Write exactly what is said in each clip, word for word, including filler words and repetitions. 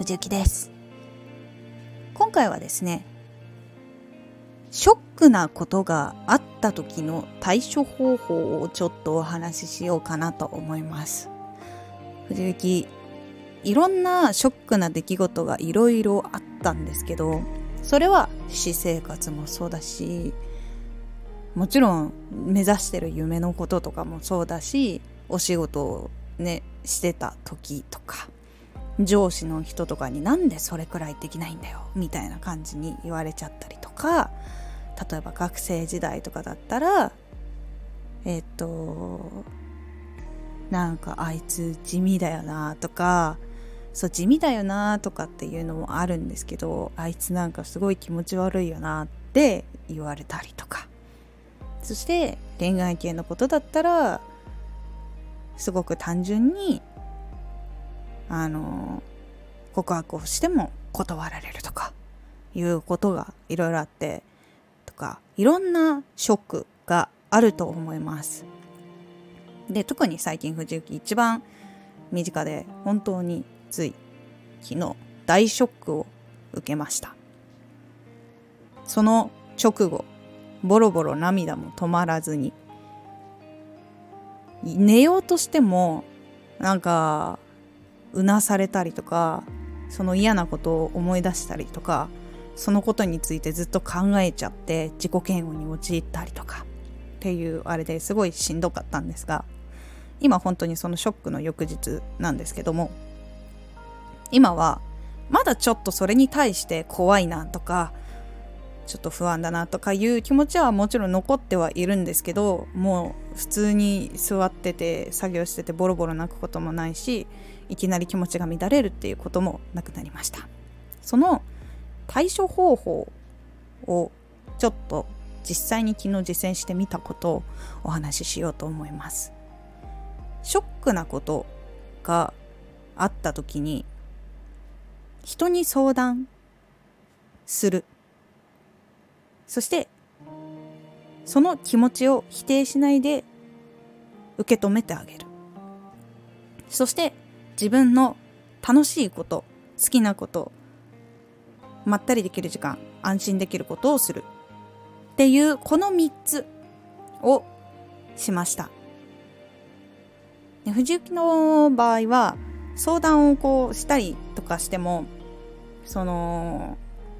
藤幸です。今回はですね、ショックなことがあった時の対処方法をちょっとお話ししようかなと思います。藤幸、いろんなショックな出来事がいろいろあったんですけど、それは私生活もそうだし、もちろん目指してる夢のこととかもそうだし、お仕事をねしてた時とか、上司の人とかになんでそれくらいできないんだよみたいな感じに言われちゃったりとか、例えば学生時代とかだったらえっとなんかあいつ地味だよなとか、そう地味だよなとかっていうのもあるんですけど、あいつなんかすごい気持ち悪いよなって言われたりとか、そして恋愛系のことだったらすごく単純にあの告白をしても断られるとかいうことがいろいろあってとか、いろんなショックがあると思います。で、特に最近藤幸一番身近で本当につい昨日大ショックを受けました。その直後、ボロボロ涙も止まらずに、寝ようとしてもなんかうなされたりとか、その嫌なことを思い出したりとか、そのことについてずっと考えちゃって自己嫌悪に陥ったりとかっていうあれですごいしんどかったんですが、今本当にそのショックの翌日なんですけども、今はまだちょっとそれに対して怖いなとかちょっと不安だなとかいう気持ちはもちろん残ってはいるんですけど、もう普通に座ってて作業しててボロボロ泣くこともないし、いきなり気持ちが乱れるっていうこともなくなりました。その対処方法をちょっと実際に昨日実践してみたことをお話ししようと思います。ショックなことがあった時に人に相談する、そしてその気持ちを否定しないで受け止めてあげる、そして自分の楽しいこと、好きなこと、まったりできる時間、安心できることをするっていうこのみっつをしました。藤幸の場合は相談をこうしたりとかしても、その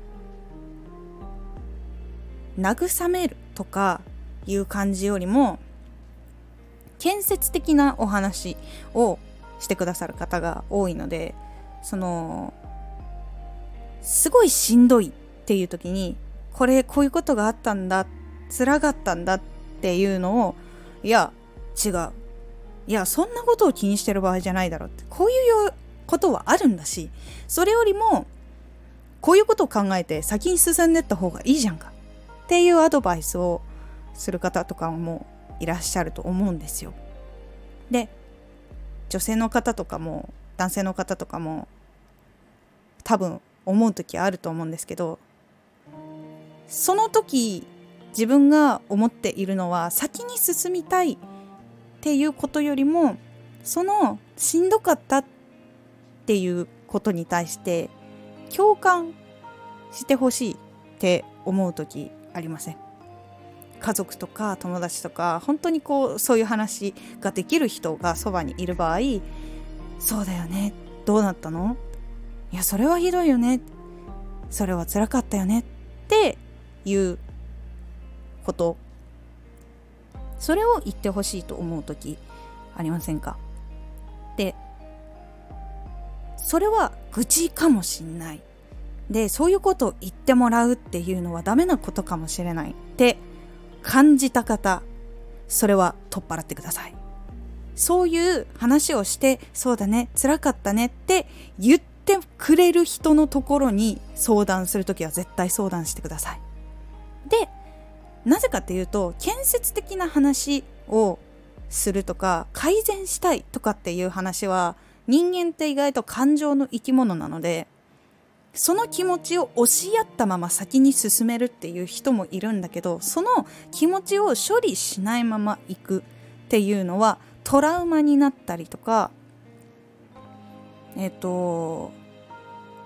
慰めるとかいう感じよりも建設的なお話をしてくださる方が多いので、そのすごいしんどいっていう時に、これこういうことがあったんだ、辛かったんだっていうのを、いや違う、いやそんなことを気にしてる場合じゃないだろうって、こういうことはあるんだし、それよりもこういうことを考えて先に進んでった方がいいじゃんかっていうアドバイスをする方とかもいらっしゃると思うんですよ。で、女性の方とかも男性の方とかも多分思う時あると思うんですけど、その時自分が思っているのは先に進みたいっていうことよりも、そのしんどかったっていうことに対して共感してほしいって思う時ありません？家族とか友達とか本当にこうそういう話ができる人がそばにいる場合、そうだよね、どうなったの、いやそれはひどいよね、それは辛かったよねっていうこと、それを言ってほしいと思う時ありませんか？で、それは愚痴かもしんない、でそういうことを言ってもらうっていうのはダメなことかもしれないって感じた方、それは取っ払ってください。そういう話をして、そうだね、辛かったねって言ってくれる人のところに相談するときは絶対相談してください。で、なぜかっていうと、建設的な話をするとか改善したいとかっていう話は、人間って意外と感情の生き物なので、その気持ちを押し合ったまま先に進めるっていう人もいるんだけど、その気持ちを処理しないまま行くっていうのはトラウマになったりとか、えっと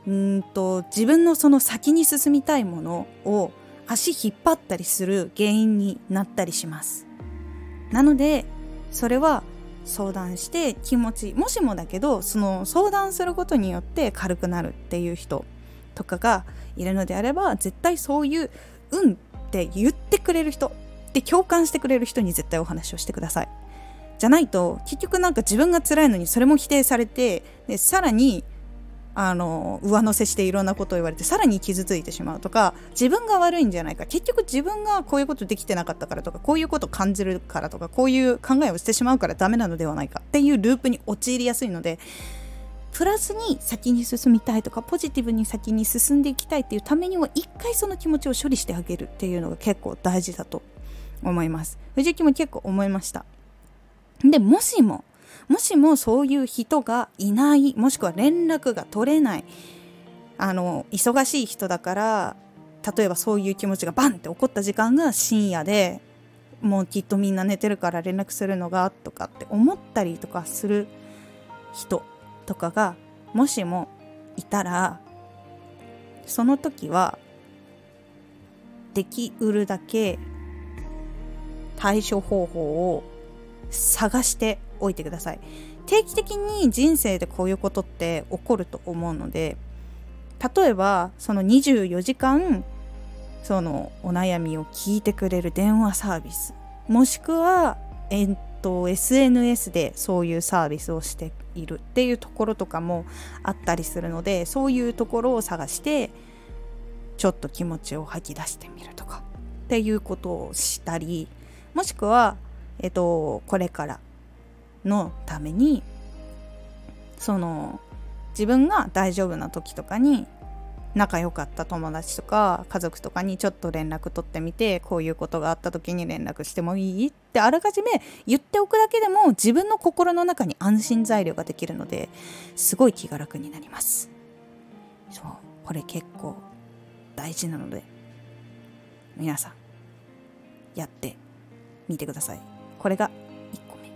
ーんと自分のその先に進みたいものを足引っ張ったりする原因になったりします。なのでそれは相談して気持ち、もしもだけどその相談することによって軽くなるっていう人とかがいるのであれば、絶対そういううんって言ってくれる人で共感してくれる人に絶対お話をしてください。じゃないと結局なんか自分が辛いのにそれも否定されて、でさらにあの上乗せしていろんなことを言われてさらに傷ついてしまうとか、自分が悪いんじゃないか、結局自分がこういうことできてなかったからとか、こういうことを感じるからとか、こういう考えをしてしまうからダメなのではないかっていうループに陥りやすいので、プラスに先に進みたいとかポジティブに先に進んでいきたいっていうためには一回その気持ちを処理してあげるっていうのが結構大事だと思います。藤木も結構思いました。でもしももしもそういう人がいない、もしくは連絡が取れない、あの忙しい人だから、例えばそういう気持ちがバンって起こった時間が深夜で、もうきっとみんな寝てるから連絡するのがとかって思ったりとかする人とかがもしもいたら、その時はできうるだけ対処方法を探しておいてください。定期的に人生でこういうことって起こると思うので、例えばそのにじゅうよじかんそのお悩みを聞いてくれる電話サービス、もしくはえっと エスエヌエス でそういうサービスをしているっていうところとかもあったりするので、そういうところを探してちょっと気持ちを吐き出してみるとかっていうことをしたり、もしくはえっとこれからのためにその自分が大丈夫な時とかに仲良かった友達とか家族とかにちょっと連絡取ってみて、こういうことがあった時に連絡してもいいってあらかじめ言っておくだけでも自分の心の中に安心材料ができるので、すごい気が楽になります。そう、これ結構大事なので皆さんやってみてください。これがいっこめ。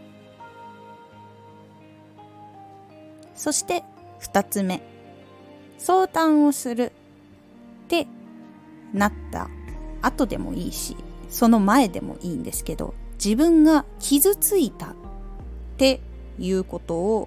そしてふたつめ、相談をするってなった後でもいいし、その前でもいいんですけど、自分が傷ついたっていうことを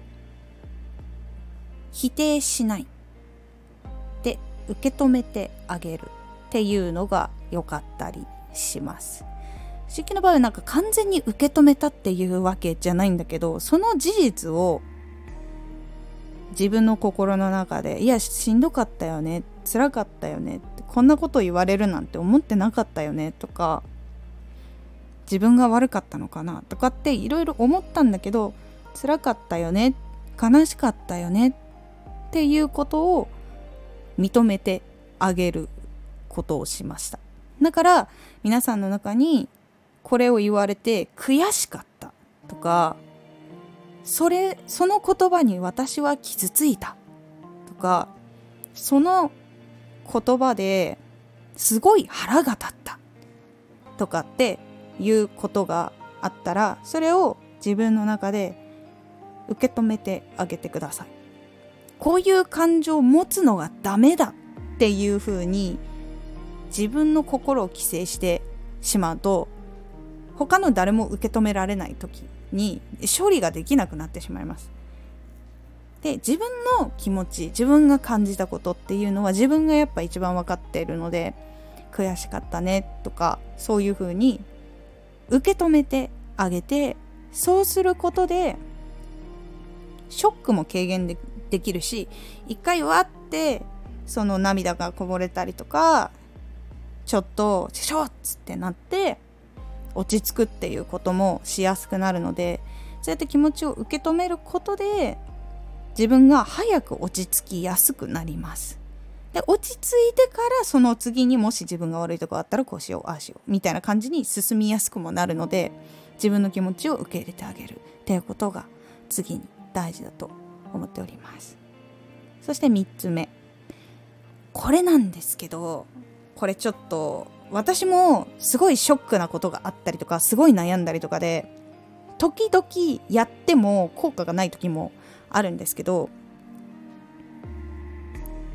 否定しないで受け止めてあげるっていうのが良かったりします。私の場合はなんか完全に受け止めたっていうわけじゃないんだけど、その事実を自分の心の中で、いやしんどかったよね、辛かったよね、こんなこと言われるなんて思ってなかったよねとか、自分が悪かったのかなとかっていろいろ思ったんだけど、辛かったよね、悲しかったよねっていうことを認めてあげることをしました。だから皆さんの中にこれを言われて悔しかったとか、それその言葉に私は傷ついたとか、その言葉ですごい腹が立ったとかっていうことがあったら、それを自分の中で受け止めてあげてください。こういう感情を持つのがダメだっていうふうに自分の心を規制してしまうと、他の誰も受け止められない時に処理ができなくなってしまいます。で、自分の気持ち、自分が感じたことっていうのは自分がやっぱ一番分かっているので、悔しかったねとかそういう風に受け止めてあげて、そうすることでショックも軽減 で, できるし、一回わってその涙がこぼれたりとか、ちょっとショッつってなって落ち着くっていうこともしやすくなるので、そうやって気持ちを受け止めることで自分が早く落ち着きやすくなります。で、落ち着いてからその次にもし自分が悪いとこあったらこうしようああしようみたいな感じに進みやすくもなるので、自分の気持ちを受け入れてあげるっていうことが次に大事だと思っております。そしてみっつめ、これなんですけど、これちょっと私もすごいショックなことがあったりとか、すごい悩んだりとかで、時々やっても効果がない時もあるんですけど、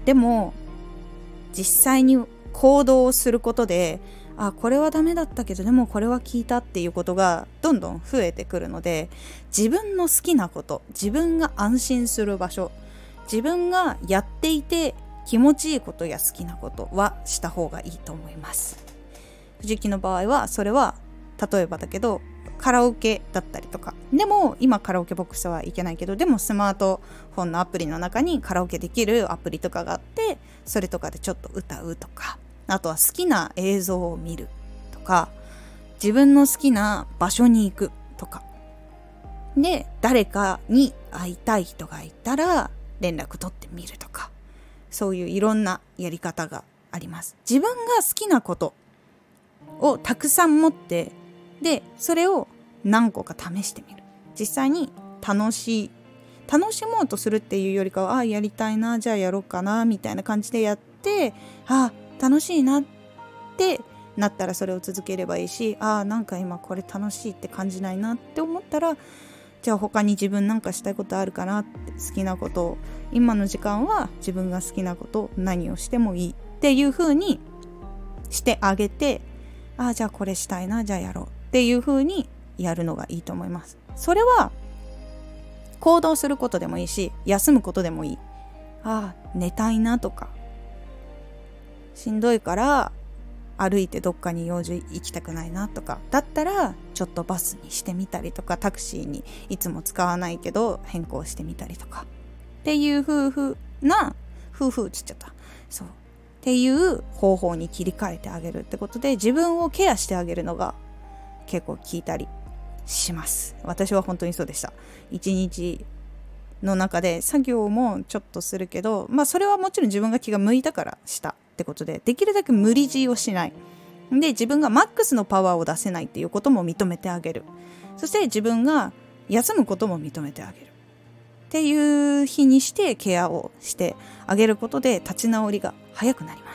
でも実際に行動をすることで、あ、これはダメだったけどでもこれは効いたっていうことがどんどん増えてくるので、自分の好きなこと、自分が安心する場所、自分がやっていて気持ちいいことや好きなことはした方がいいと思います。藤木の場合はそれは例えばだけどカラオケだったりとか、でも今カラオケボックスはいけないけど、でもスマートフォンのアプリの中にカラオケできるアプリとかがあって、それとかでちょっと歌うとか、あとは好きな映像を見るとか、自分の好きな場所に行くとかで、誰かに会いたい人がいたら連絡取ってみるとか、そういういろんなやり方があります。自分が好きなことをたくさん持って、でそれを何個か試してみる。実際に楽しい楽しもうとするっていうよりかは、あ、やりたいな、じゃあやろうかなみたいな感じでやって、あ、楽しいなってなったらそれを続ければいいし、あ、なんか今これ楽しいって感じないなって思ったら、じゃあ他に自分なんかしたいことあるかなって、好きなことを、今の時間は自分が好きなこと何をしてもいいっていう風にしてあげて、あ、じゃあこれしたいな、じゃあやろうっていう風にやるのがいいと思います。それは行動することでもいいし、休むことでもいい。あ、寝たいなとか、しんどいから歩いてどっかに用事行きたくないなとかだったら、ちょっとバスにしてみたりとか、タクシーにいつも使わないけど変更してみたりとかっていう夫婦な夫婦つっちゃったそうっていう方法に切り替えてあげるってことで、自分をケアしてあげるのが結構効いたりします。私は本当にそうでした。一日の中で作業もちょっとするけど、まあそれはもちろん自分が気が向いたからしたってことで、できるだけ無理強いをしない。で、自分がマックスのパワーを出せないっていうことも認めてあげる。そして自分が休むことも認めてあげる。っていう日にしてケアをしてあげることで立ち直りが早くなります。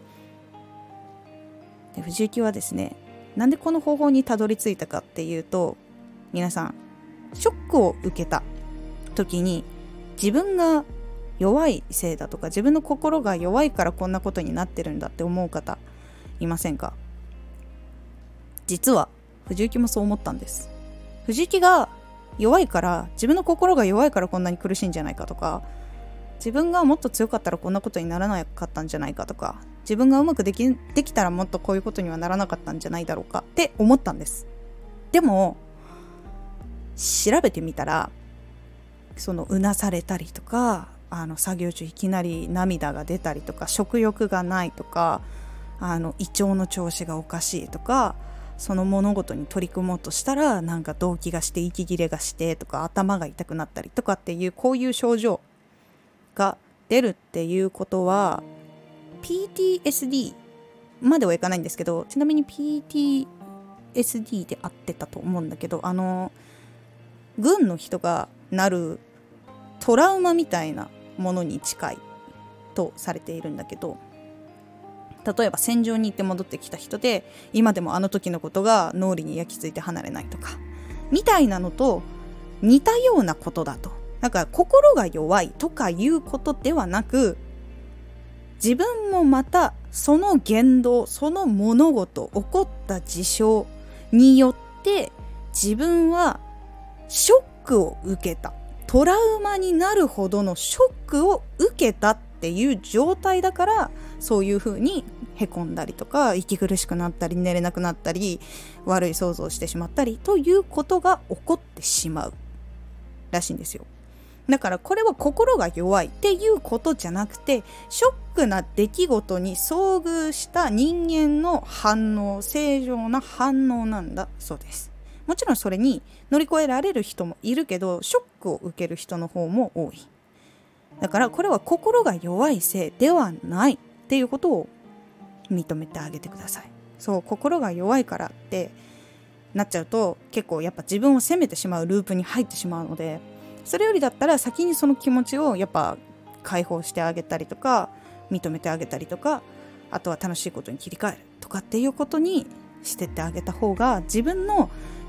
で、藤幸はですね、なんでこの方法にたどり着いたかっていうと、皆さんショックを受けた時に自分が弱いせいだとか、自分の心が弱いからこんなことになってるんだって思う方いませんか？実は藤幸もそう思ったんです。藤幸が弱いから、自分の心が弱いからこんなに苦しいんじゃないかとか、自分がもっと強かったらこんなことにならなかったんじゃないかとか、自分がうまくでき、できたらもっとこういうことにはならなかったんじゃないだろうかって思ったんです。でも調べてみたら、そのうなされたりとか、あの作業中いきなり涙が出たりとか、食欲がないとか、あの胃腸の調子がおかしいとか、その物事に取り組もうとしたらなんか動悸がして息切れがしてとか、頭が痛くなったりとかっていう、こういう症状が出るっていうことは ピーティーエスディー まではいかないんですけど、ちなみに ピーティーエスディー で合ってたと思うんだけど、あの軍の人がなるトラウマみたいなものに近いとされているんだけど、例えば戦場に行って戻ってきた人で、今でもあの時のことが脳裏に焼き付いて離れないとかみたいなのと似たようなことだと。だから心が弱いとかいうことではなく、自分もまたその言動、その物事、起こった事象によって自分はショックを受けた、トラウマになるほどのショックを受けたっていう状態だから、そういう風にへこんだりとか、息苦しくなったり、寝れなくなったり、悪い想像をしてしまったりということが起こってしまうらしいんですよ。だからこれは心が弱いっていうことじゃなくて、ショックな出来事に遭遇した人間の反応、正常な反応なんだそうです。もちろんそれに乗り越えられる人もいるけど、ショックを受ける人の方も多い。だからこれは心が弱いせいではないっていうことを認めてあげてください。そう、心が弱いからってなっちゃうと、結構やっぱ自分を責めてしまうループに入ってしまうので、それよりだったら先にその気持ちをやっぱ解放してあげたりとか、認めてあげたりとか、あとは楽しいことに切り替えるとかっていうことにしてってあげた方が、自分の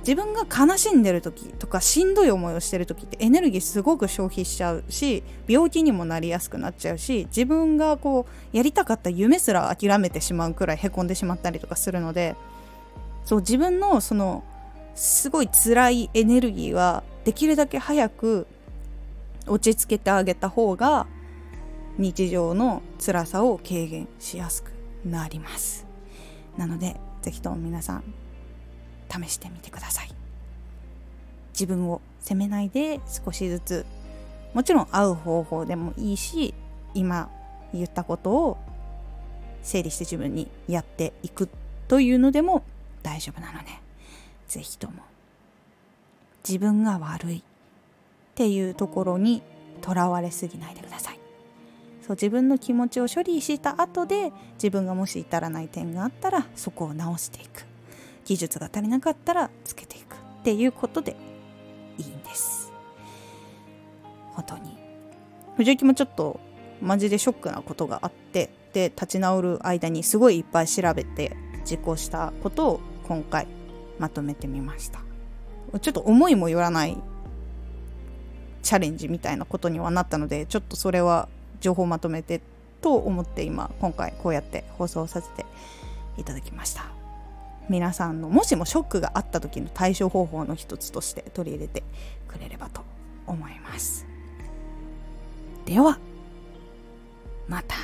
自分が悲しんでる時とかしんどい思いをしてる時ってエネルギーすごく消費しちゃうし、病気にもなりやすくなっちゃうし、自分がこうやりたかった夢すら諦めてしまうくらいへこんでしまったりとかするので、そう自分のそのすごい辛いエネルギーはできるだけ早く落ち着けてあげた方が日常の辛さを軽減しやすくなります。なのでぜひとも皆さん試してみてください。自分を責めないで少しずつ、もちろん合う方法でもいいし、今言ったことを整理して自分にやっていくというのでも大丈夫なので、ぜひとも自分が悪いっていうところにとらわれすぎないでください。そう自分の気持ちを処理した後で、自分がもし至らない点があったらそこを直していく、技術が足りなかったらつけていくっていうことでいいんです。本当に藤木もちょっとマジでショックなことがあって、で立ち直る間にすごいいっぱい調べて実行したことを今回まとめてみました。ちょっと思いもよらないチャレンジみたいなことにはなったので、ちょっとそれは情報をまとめてと思って今今回こうやって放送させていただきました。皆さんのもしもショックがあった時の対処方法の一つとして取り入れてくれればと思います。ではまた。